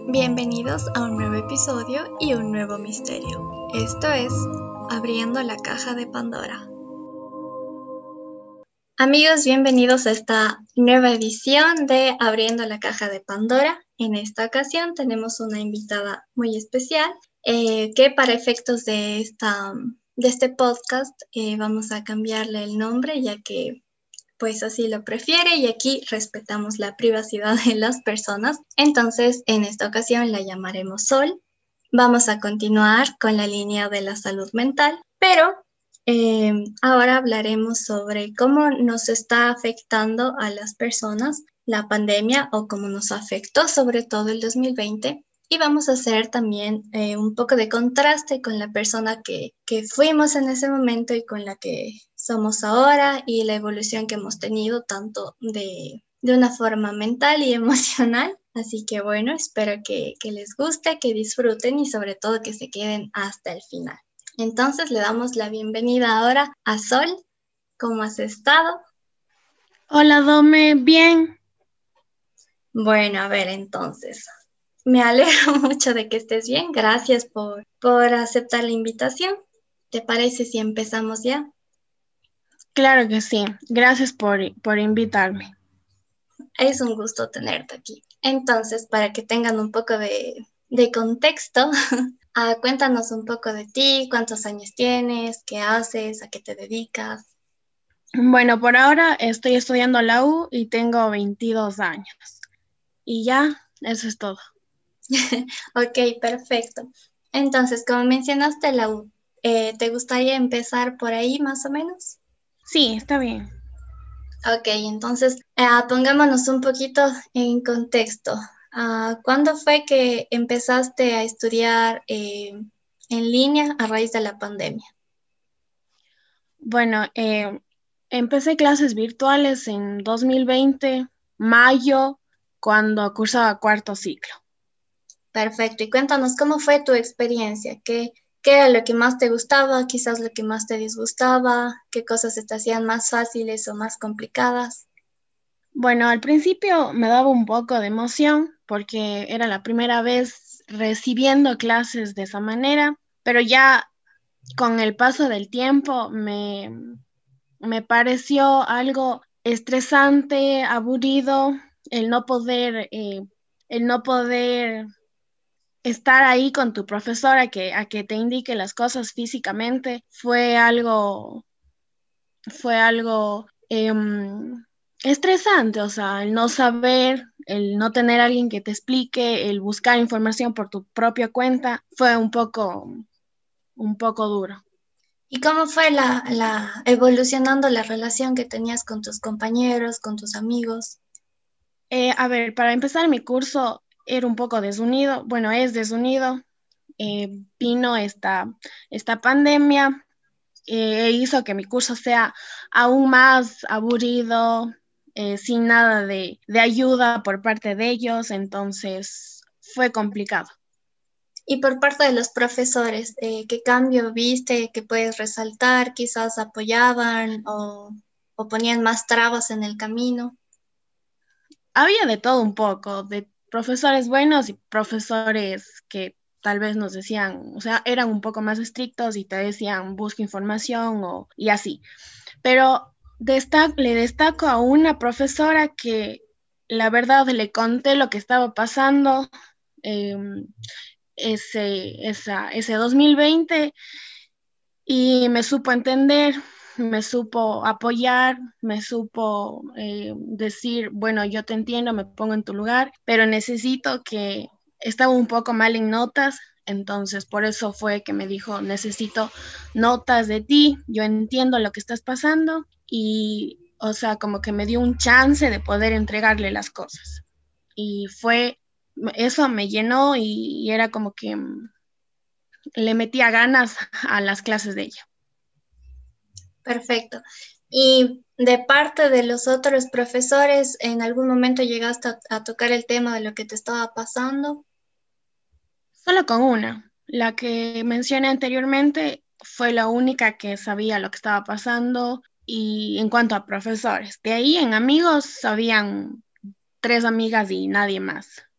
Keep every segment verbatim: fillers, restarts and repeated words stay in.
Bienvenidos a un nuevo episodio y un nuevo misterio. Esto es Abriendo la Caja de Pandora. Amigos, bienvenidos a esta nueva edición de Abriendo la Caja de Pandora. En esta ocasión tenemos una invitada muy especial eh, que para efectos de, esta, de este podcast eh, vamos a cambiarle el nombre ya que pues así lo prefiere y aquí respetamos la privacidad de las personas. Entonces, en esta ocasión la llamaremos Sol. Vamos a continuar con la línea de la salud mental, pero eh, ahora hablaremos sobre cómo nos está afectando a las personas la pandemia o cómo nos afectó sobre todo el dos mil veinte. Y vamos a hacer también eh, un poco de contraste con la persona que, que fuimos en ese momento y con la que somos ahora y la evolución que hemos tenido tanto de, de una forma mental y emocional. Así que bueno, espero que, que les guste, que disfruten y sobre todo que se queden hasta el final. Entonces le damos la bienvenida ahora a Sol. ¿Cómo has estado? Hola, Dome, bien. Bueno, a ver entonces. Me alegro mucho de que estés bien. Gracias por, por aceptar la invitación. ¿Te parece si empezamos ya? Claro que sí. Gracias por, por invitarme. Es un gusto tenerte aquí. Entonces, para que tengan un poco de, de contexto, ah, cuéntanos un poco de ti, cuántos años tienes, qué haces, a qué te dedicas. Bueno, por ahora estoy estudiando la U y tengo veintidós años. Y ya, eso es todo. Ok, perfecto. Entonces, como mencionaste la U, eh, ¿te gustaría empezar por ahí más o menos? Sí, está bien. Ok, entonces ah, pongámonos un poquito en contexto. Ah, ¿cuándo fue que empezaste a estudiar eh, en línea a raíz de la pandemia? Bueno, eh, empecé clases virtuales en dos mil veinte, mayo, cuando cursaba cuarto ciclo. Perfecto. Y cuéntanos cómo fue tu experiencia, qué, qué era lo que más te gustaba, quizás lo que más te disgustaba, qué cosas se te hacían más fáciles o más complicadas. Bueno, al principio me daba un poco de emoción porque era la primera vez recibiendo clases de esa manera, pero ya con el paso del tiempo me, me pareció algo estresante, aburrido, el no poder, eh, el no poder estar ahí con tu profesora a que, a que te indique las cosas físicamente. Fue algo, fue algo em, estresante, o sea, el no saber, el no tener a alguien que te explique, el buscar información por tu propia cuenta, fue un poco, un poco duro. ¿Y cómo fue la, la evolucionando la relación que tenías con tus compañeros, con tus amigos? Eh, a ver, para empezar, mi curso era un poco desunido, bueno, es desunido. Eh, vino esta, esta pandemia eh, e hizo que mi curso sea aún más aburrido, eh, sin nada de, de ayuda por parte de ellos, entonces fue complicado. Y por parte de los profesores, eh, ¿qué cambio viste que puedes resaltar? Quizás apoyaban o, o ponían más trabas en el camino. Había de todo un poco, de profesores buenos y profesores que tal vez nos decían, o sea, eran un poco más estrictos y te decían busca información o, y así. Pero desta- le destaco a una profesora que la verdad le conté lo que estaba pasando eh, ese, esa, ese dos mil veinte y me supo entender, me supo apoyar, me supo eh, decir, bueno, yo te entiendo, me pongo en tu lugar, pero necesito que estaba un poco mal en notas, entonces por eso fue que me dijo, necesito notas de ti, yo entiendo lo que estás pasando y, o sea, como que me dio un chance de poder entregarle las cosas. Y fue, eso me llenó y, y era como que mm, le metía ganas a las clases de ella. Perfecto. Y de parte de los otros profesores, ¿en algún momento llegaste a, a tocar el tema de lo que te estaba pasando? Solo con una. La que mencioné anteriormente fue la única que sabía lo que estaba pasando y en cuanto a profesores. De ahí en amigos sabían tres amigas y nadie más.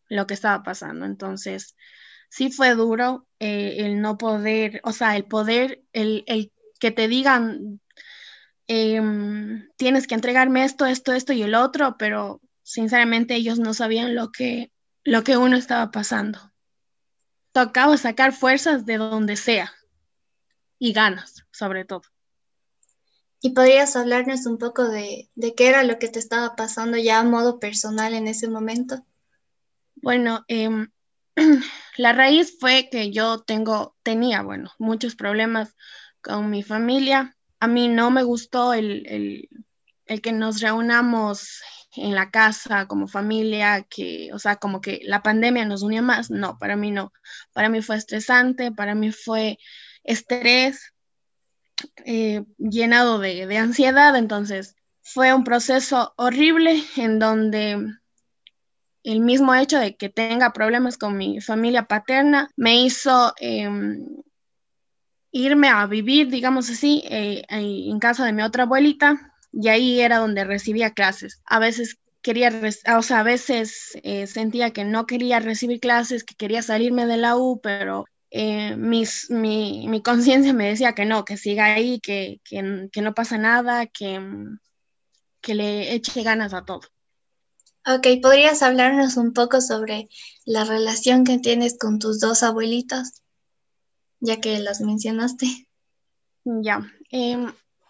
lo que estaba pasando. Entonces, sí fue duro eh, el no poder, o sea, el poder, el, el que te digan, em, tienes que entregarme esto, esto, esto y el otro, pero sinceramente ellos no sabían lo que, lo que uno estaba pasando. Tocaba sacar fuerzas de donde sea y ganas, sobre todo. ¿Y podrías hablarnos un poco de, de qué era lo que te estaba pasando ya a modo personal en ese momento? Bueno, em, la raíz fue que yo tengo, tenía, bueno, muchos problemas con mi familia. A mí no me gustó el, el, el que nos reunamos en la casa como familia, que, o sea, como que la pandemia nos unió más. No, para mí no. Para mí fue estresante, para mí fue estrés, eh, llenado de, de ansiedad. Entonces, fue un proceso horrible en donde el mismo hecho de que tenga problemas con mi familia paterna me hizo eh, irme a vivir, digamos así, eh, en casa de mi otra abuelita, y ahí era donde recibía clases. A veces quería, o sea, a veces eh, sentía que no quería recibir clases, que quería salirme de la U, pero eh, mis, mi, mi conciencia me decía que no, que siga ahí, que, que, que no pasa nada, que, que le eche ganas a todo. Ok, ¿podrías hablarnos un poco sobre la relación que tienes con tus dos abuelitos, ya que las mencionaste? Ya. Eh,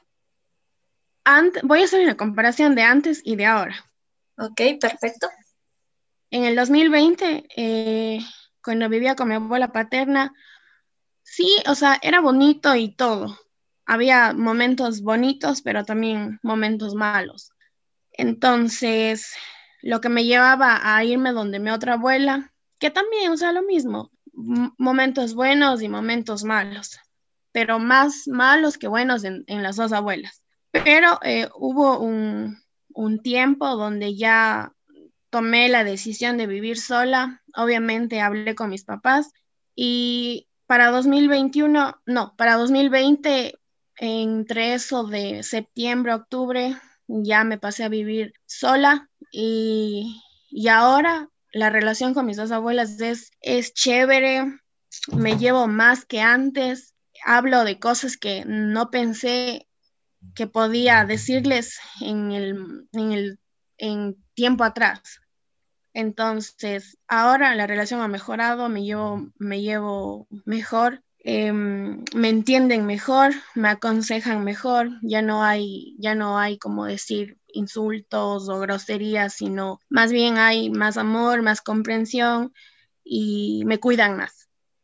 ant- voy a hacer una comparación de antes y de ahora. Ok, perfecto. En el dos mil veinte, eh, cuando vivía con mi abuela paterna, sí, o sea, era bonito y todo. Había momentos bonitos, pero también momentos malos. Entonces, lo que me llevaba a irme donde mi otra abuela, que también, o sea, lo mismo, m- momentos buenos y momentos malos, pero más malos que buenos en, en las dos abuelas. Pero eh, hubo un, un tiempo donde ya tomé la decisión de vivir sola. Obviamente hablé con mis papás y para dos mil veintiuno, no, para dos mil veinte, entre eso de septiembre, octubre, ya me pasé a vivir sola y, y ahora la relación con mis dos abuelas es, es chévere, me llevo más que antes, hablo de cosas que no pensé que podía decirles en el, en el en tiempo atrás. Entonces, ahora la relación ha mejorado, me llevo, me llevo mejor, eh, me entienden mejor, me aconsejan mejor, ya no hay, ya no hay como decir insultos o groserías, sino más bien hay más amor, más comprensión y me cuidan más.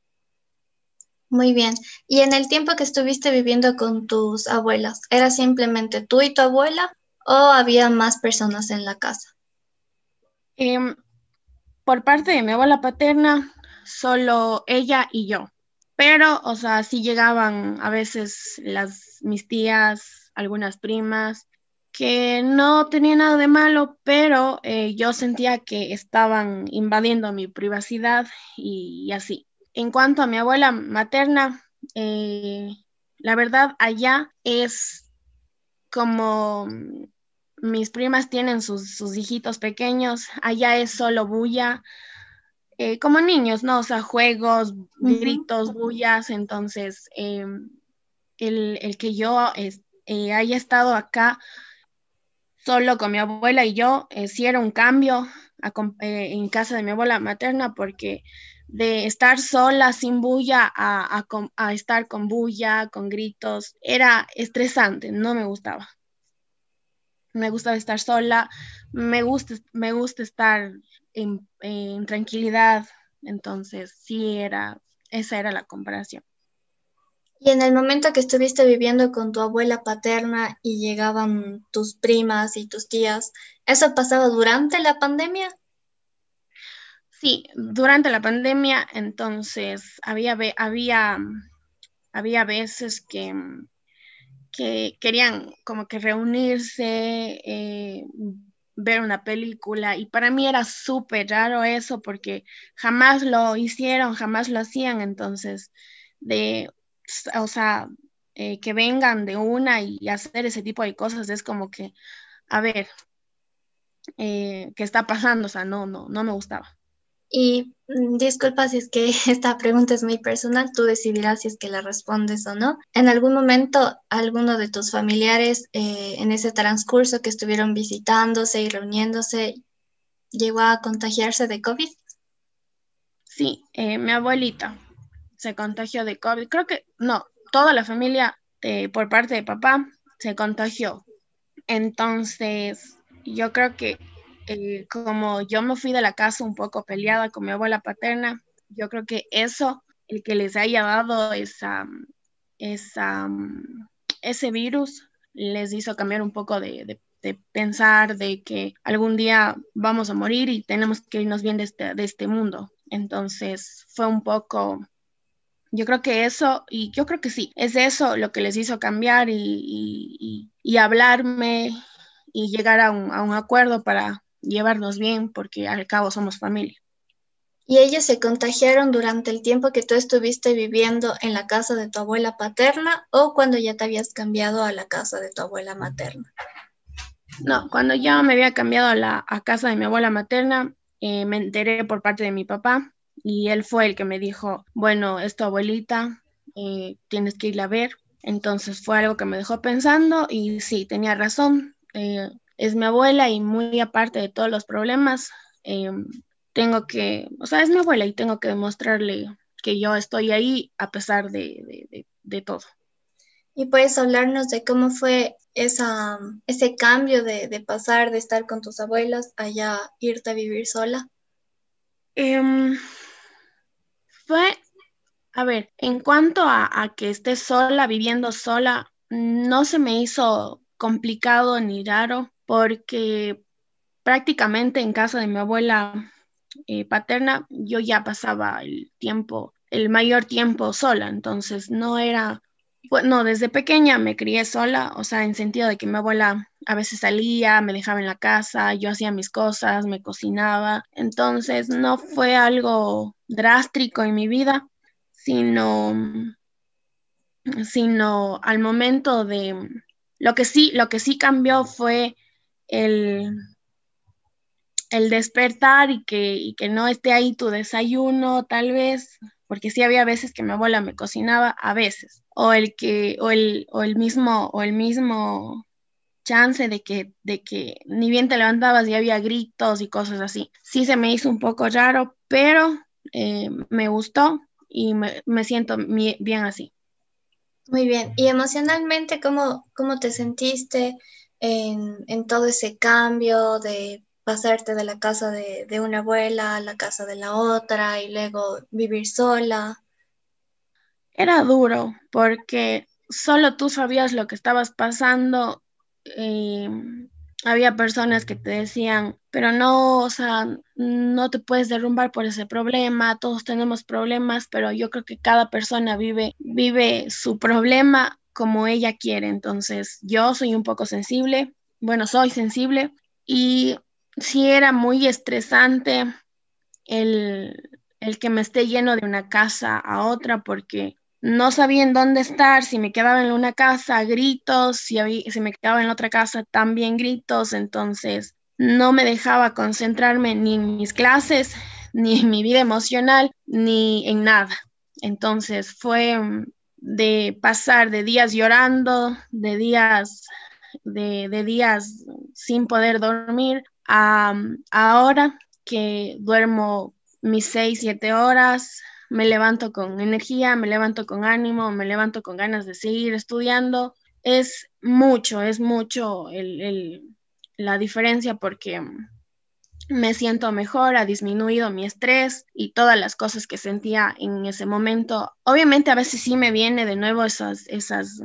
Muy bien. ¿Y en el tiempo que estuviste viviendo con tus abuelas, era simplemente tú y tu abuela o había más personas en la casa? Eh, por parte de mi abuela paterna, solo ella y yo. Pero, o sea, sí llegaban a veces las, mis tías, algunas primas, que no tenía nada de malo, pero eh, yo sentía que estaban invadiendo mi privacidad y, y así. En cuanto a mi abuela materna, eh, la verdad allá es como mm, mis primas tienen sus, sus hijitos pequeños, allá es solo bulla, eh, como niños, ¿no? O sea, juegos, Ujú. gritos, bullas, entonces eh, el, el que yo es- eh, haya estado acá solo con mi abuela y yo, eh, sí era un cambio a com- eh, en casa de mi abuela materna porque de estar sola sin bulla a, a com- a estar con bulla, con gritos, era estresante, no me gustaba. Me gusta estar sola, me gusta, me gusta estar en, en tranquilidad, entonces sí era, esa era la comparación. Y en el momento que estuviste viviendo con tu abuela paterna y llegaban tus primas y tus tías, ¿eso pasaba durante la pandemia? Sí, durante la pandemia, entonces había, ve- había, había veces que, que querían como que reunirse, eh, ver una película, y para mí era súper raro eso porque jamás lo hicieron, jamás lo hacían, entonces, de, o sea, eh, que vengan de una y hacer ese tipo de cosas es como que, a ver, eh, ¿qué está pasando? O sea, no, no, no me gustaba. Y mm, disculpa si es que esta pregunta es muy personal, tú decidirás si es que la respondes o no. ¿En algún momento alguno de tus familiares eh, en ese transcurso que estuvieron visitándose y reuniéndose llegó a contagiarse de COVID? Sí, eh, mi abuelita se contagió de COVID. Creo que no, toda la familia de- por parte de papá se contagió. Entonces, yo creo que eh, como yo me fui de la casa un poco peleada con mi abuela paterna, yo creo que eso, el que les haya dado esa, esa, mm, ese virus, les hizo cambiar un poco de, de- de pensar de que algún día vamos a morir y tenemos que irnos bien de este, de este mundo. Entonces, fue un poco yo creo que eso, y yo creo que sí, es eso lo que les hizo cambiar y, y- y- y hablarme y llegar a un, a un acuerdo para llevarnos bien, porque al cabo somos familia. ¿Y ellos se contagiaron durante el tiempo que tú estuviste viviendo en la casa de tu abuela paterna o cuando ya te habías cambiado a la casa de tu abuela materna? No, cuando yo me había cambiado a la a casa de mi abuela materna, eh, me enteré por parte de mi papá y él fue el que me dijo, bueno, es tu abuelita, eh, tienes que irla a ver. Entonces fue algo que me dejó pensando y sí, tenía razón, eh, es mi abuela y muy aparte de todos los problemas, eh, tengo que, o sea, es mi abuela y tengo que demostrarle que yo estoy ahí a pesar de, de, de, de todo. ¿Y puedes hablarnos de cómo fue esa, ese cambio de, de pasar de estar con tus abuelas a ya irte a vivir sola? Em, fue A ver, en cuanto a, a que esté sola, viviendo sola, no se me hizo complicado ni raro porque prácticamente en casa de mi abuela eh, paterna yo ya pasaba el tiempo, el mayor tiempo sola, entonces no era, bueno, desde pequeña me crié sola, o sea, en sentido de que mi abuela a veces salía, me dejaba en la casa, yo hacía mis cosas, me cocinaba, entonces no fue algo drástico en mi vida, sino sino al momento de lo que sí, lo que sí cambió fue el, el despertar y que, y que no esté ahí tu desayuno, tal vez, porque sí había veces que mi abuela me cocinaba, a veces, o el que, o el, o el mismo, o el mismo chance de que, de que ni bien te levantabas y había gritos y cosas así. Sí se me hizo un poco raro, pero eh, me gustó y me, me siento mi- bien así. Muy bien. ¿Y emocionalmente cómo, cómo te sentiste en, en todo ese cambio de pasarte de la casa de, de una abuela a la casa de la otra y luego vivir sola? Era duro porque solo tú sabías lo que estabas pasando. eh, Había personas que te decían, pero no, o sea, no te puedes derrumbar por ese problema, todos tenemos problemas, pero yo creo que cada persona vive, vive su problema como ella quiere. Entonces, yo soy un poco sensible, bueno, soy sensible y sí era muy estresante el, el que me esté lleno de una casa a otra porque no sabía en dónde estar, si me quedaba en una casa, gritos, si, había, si me quedaba en la otra casa, también gritos, entonces no me dejaba concentrarme ni en mis clases, ni en mi vida emocional, ni en nada. Entonces fue mm, de pasar de días llorando, de días, de, de días sin poder dormir, a, a ahora que duermo mis seis, siete horas, me levanto con energía, me levanto con ánimo, me levanto con ganas de seguir estudiando. Es mucho, es mucho el, el, la diferencia porque me siento mejor, ha disminuido mi estrés y todas las cosas que sentía en ese momento. Obviamente a veces sí me viene de nuevo esas, esas,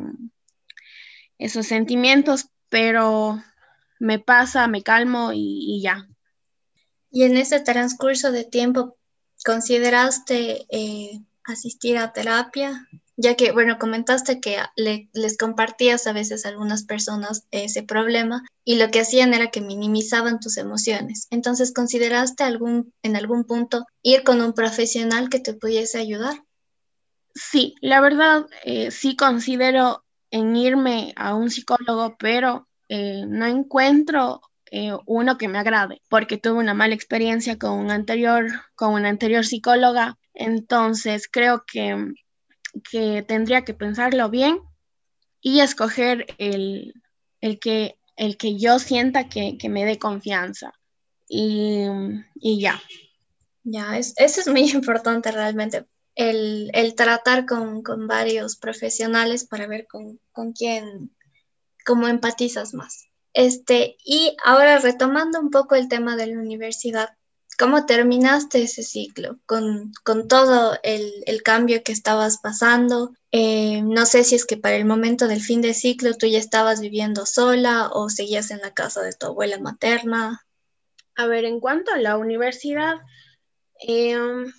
esos sentimientos, pero me pasa, me calmo y, y ya. Y en ese transcurso de tiempo, ¿consideraste eh, asistir a terapia? Ya que, bueno, comentaste que a- le- les compartías a veces a algunas personas ese problema y lo que hacían era que minimizaban tus emociones. Entonces, ¿consideraste algún, en algún punto ir con un profesional que te pudiese ayudar? Sí, la verdad, eh, sí considero en irme a un psicólogo, pero eh, no encuentro eh, uno que me agrade, porque tuve una mala experiencia con un anterior, con una anterior psicóloga, entonces creo que, que tendría que pensarlo bien y escoger el, el que, el que yo sienta que, que me dé confianza. Y, y ya. Ya, es, eso es muy importante realmente, el, el tratar con, con varios profesionales para ver con, con quién, cómo empatizas más. Este, y ahora retomando un poco el tema de la universidad, ¿cómo terminaste ese ciclo con, con todo el, el cambio que estabas pasando? Eh, no sé si es que para el momento del fin de ciclo tú ya estabas viviendo sola o seguías en la casa de tu abuela materna. A ver, en cuanto a la universidad, eh,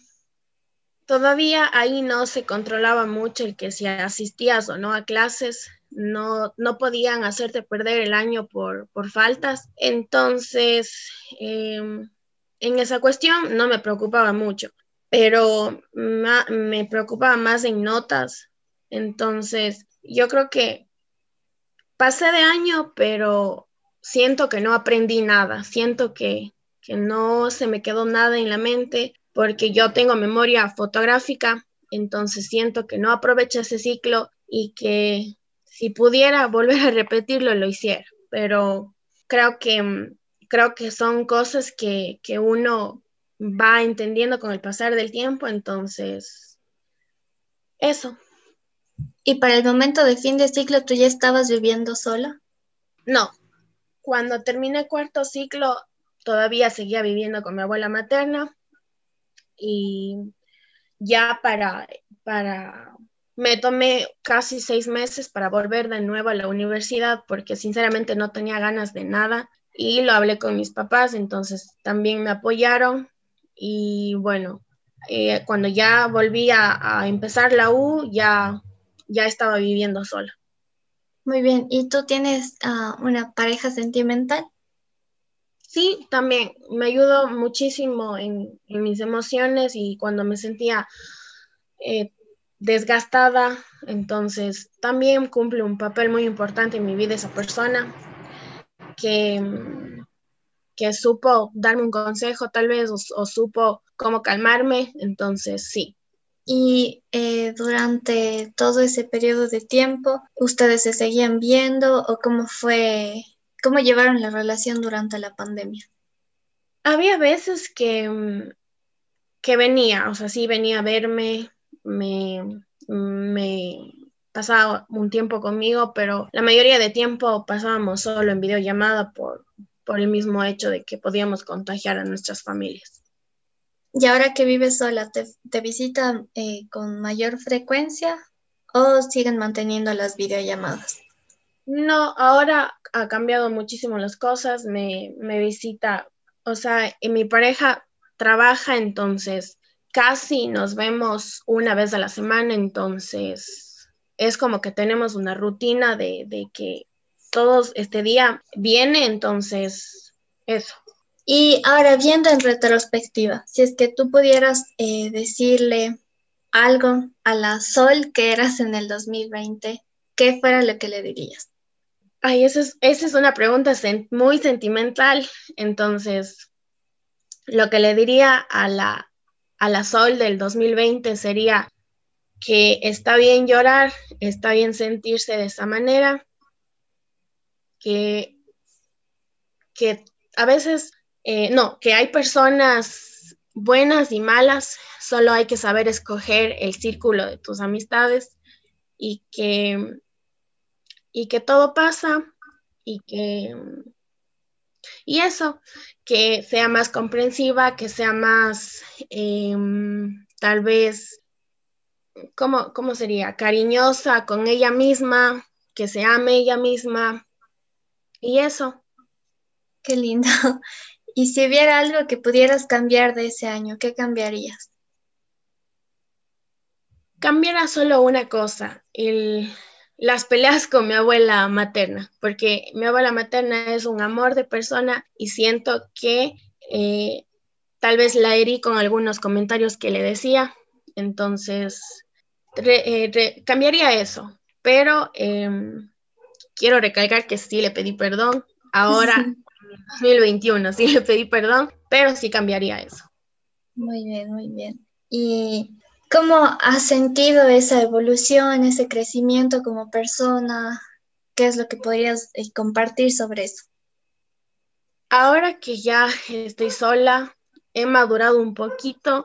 todavía ahí no se controlaba mucho el que si asistías o no a clases, no, no podían hacerte perder el año por, por faltas. Entonces, eh, en esa cuestión no me preocupaba mucho, pero ma- me preocupaba más en notas. Entonces, yo creo que pasé de año, pero siento que no aprendí nada, siento que, que no se me quedó nada en la mente porque yo tengo memoria fotográfica, entonces siento que no aproveché ese ciclo y que si pudiera volver a repetirlo, lo hiciera, pero creo que, mm, creo que son cosas que, que uno va entendiendo con el pasar del tiempo, entonces eso. Y para el momento de fin de ciclo tú ya estabas viviendo sola. No, cuando terminé cuarto ciclo, todavía seguía viviendo con mi abuela materna y ya para, para, me tomé casi seis meses para volver de nuevo a la universidad porque sinceramente no tenía ganas de nada y lo hablé con mis papás, entonces también me apoyaron y bueno, eh, cuando ya volví a, a empezar la U, ya, ya estaba viviendo sola. Muy bien. ¿Y tú tienes ah, una pareja sentimental? Sí, también me ayudó muchísimo en, en mis emociones y cuando me sentía eh, desgastada, entonces también cumple un papel muy importante en mi vida esa persona que, mm, que supo darme un consejo tal vez o, o supo cómo calmarme, entonces sí. Y eh, durante todo ese periodo de tiempo, ¿ustedes se seguían viendo o cómo fue, cómo llevaron la relación durante la pandemia? Había veces que, mm, que venía, o sea, sí venía a verme, me, me pasaba un tiempo conmigo, pero la mayoría de tiempo pasábamos solo en videollamada por, por el mismo hecho de que podíamos contagiar a nuestras familias. Y ahora que vives sola, ¿te, te visitan eh, con mayor frecuencia o siguen manteniendo las videollamadas? No, ahora ha cambiado muchísimo las cosas, me, me visita, o sea, y mi pareja trabaja, entonces casi nos vemos una vez a la semana, entonces es como que tenemos una rutina de, de que todos este día viene, entonces eso. Y ahora viendo en retrospectiva, si es que tú pudieras eh, decirle algo a la Sol que eras en el dos mil veinte, ¿qué fuera lo que le dirías? Ay, esa es, esa es una pregunta sen- muy sentimental, entonces lo que le diría a la, a la Sol del dos mil veinte sería que está bien llorar, está bien sentirse de esa manera, que, que a veces, eh, no, que hay personas buenas y malas, solo hay que saber escoger el círculo de tus amistades y que, y que todo pasa y que, y eso, que sea más comprensiva, que sea más, eh, tal vez, ¿cómo, ¿cómo sería? Cariñosa con ella misma, que se ame ella misma. Y eso, Qué lindo. Y si hubiera algo que pudieras cambiar de ese año, ¿qué cambiarías? cambiará solo una cosa, el, las peleas con mi abuela materna, porque mi abuela materna es un amor de persona y siento que eh, tal vez la herí con algunos comentarios que le decía, entonces re, eh, re, cambiaría eso, pero eh, quiero recalcar que sí le pedí perdón, ahora dos mil veintiuno, sí le pedí perdón, pero sí cambiaría eso. Muy bien, muy bien. ¿Y cómo has sentido esa evolución, ese crecimiento como persona? ¿Qué es lo que podrías eh, compartir sobre eso? Ahora que ya estoy sola, he madurado un poquito,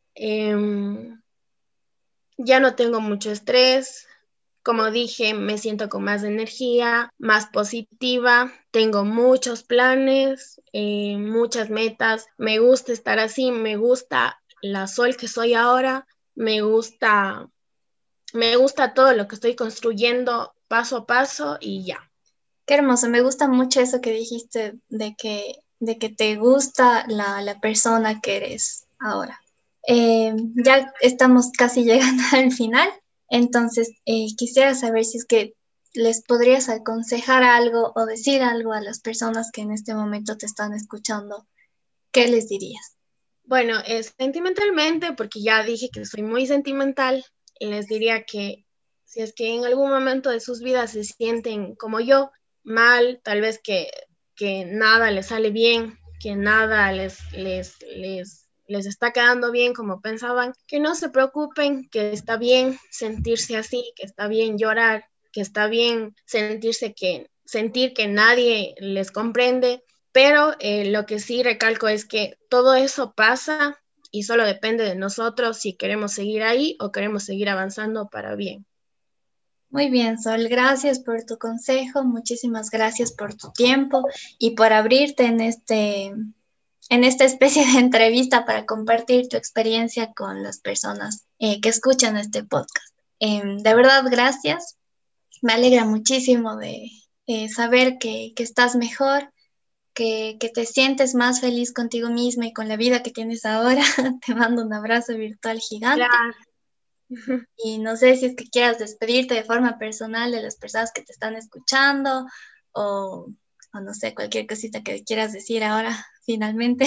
em, ya no tengo mucho estrés. Como dije, me siento con más energía, más positiva, tengo muchos planes, eh, muchas metas, me gusta estar así, me gusta la Sol que soy ahora, me gusta, me gusta todo lo que estoy construyendo paso a paso y ya. Qué hermoso, me gusta mucho eso que dijiste de que, de que te gusta la, la persona que eres ahora. Eh, ya estamos casi llegando al final, entonces eh, quisiera saber si es que les podrías aconsejar algo o decir algo a las personas que en este momento te están escuchando. ¿Qué les dirías? Bueno, es sentimentalmente, porque ya dije que soy muy sentimental, y les diría que si es que en algún momento de sus vidas se sienten como yo, mal, tal vez que, que nada les sale bien, que nada les, les, les, les está quedando bien como pensaban, que no se preocupen, que está bien sentirse así, que está bien llorar, que está bien sentirse que, sentir que nadie les comprende, pero eh, lo que sí recalco es que todo eso pasa y solo depende de nosotros si queremos seguir ahí o queremos seguir avanzando para bien. Muy bien, Sol, gracias por tu consejo, muchísimas gracias por tu tiempo y por abrirte en este, en esta especie de entrevista para compartir tu experiencia con las personas eh, que escuchan este podcast. Em, de verdad, gracias. Me alegra muchísimo de eh, saber que, que estás mejor, que, que te sientes más feliz contigo misma y con la vida que tienes ahora. Te mando un abrazo virtual gigante. Claro. Y no sé si es que quieras despedirte de forma personal de las personas que te están escuchando o, o no sé, cualquier cosita que quieras decir ahora, finalmente.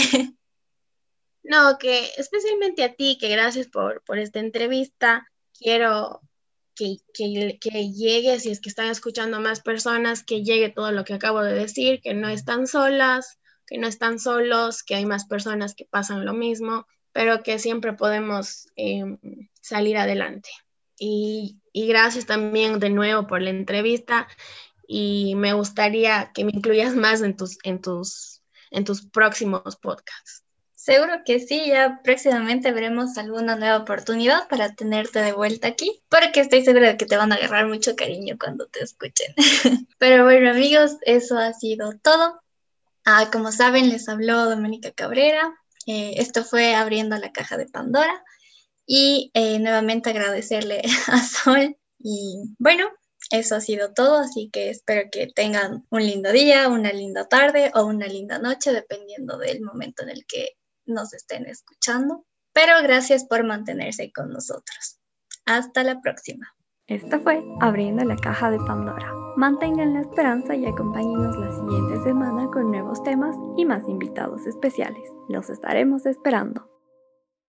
No, que especialmente a ti, que gracias por, por esta entrevista. Quiero que, que, que llegue, si es que están escuchando más personas, que llegue todo lo que acabo de decir, que no están solas, que no están solos, que hay más personas que pasan lo mismo, pero que siempre podemos eh, salir adelante. Y, y gracias también de nuevo por la entrevista y me gustaría que me incluyas más en tus, en tus, en tus próximos podcasts. Seguro que sí, ya próximamente veremos alguna nueva oportunidad para tenerte de vuelta aquí, porque estoy segura de que te van a agarrar mucho cariño cuando te escuchen. Pero bueno, amigos, eso ha sido todo. Ah, como saben, les habló Doménica Cabrera. Eh, esto fue Abriendo la Caja de Pandora. Y eh, nuevamente agradecerle a Sol. Y bueno, eso ha sido todo, así que espero que tengan un lindo día, una linda tarde o una linda noche, dependiendo del momento en el que nos estén escuchando. Pero gracias por mantenerse con nosotros. Hasta la próxima. Esto fue Abriendo la Caja de Pandora. Mantengan la esperanza y acompáñenos la siguiente semana con nuevos temas y más invitados especiales. Los estaremos esperando.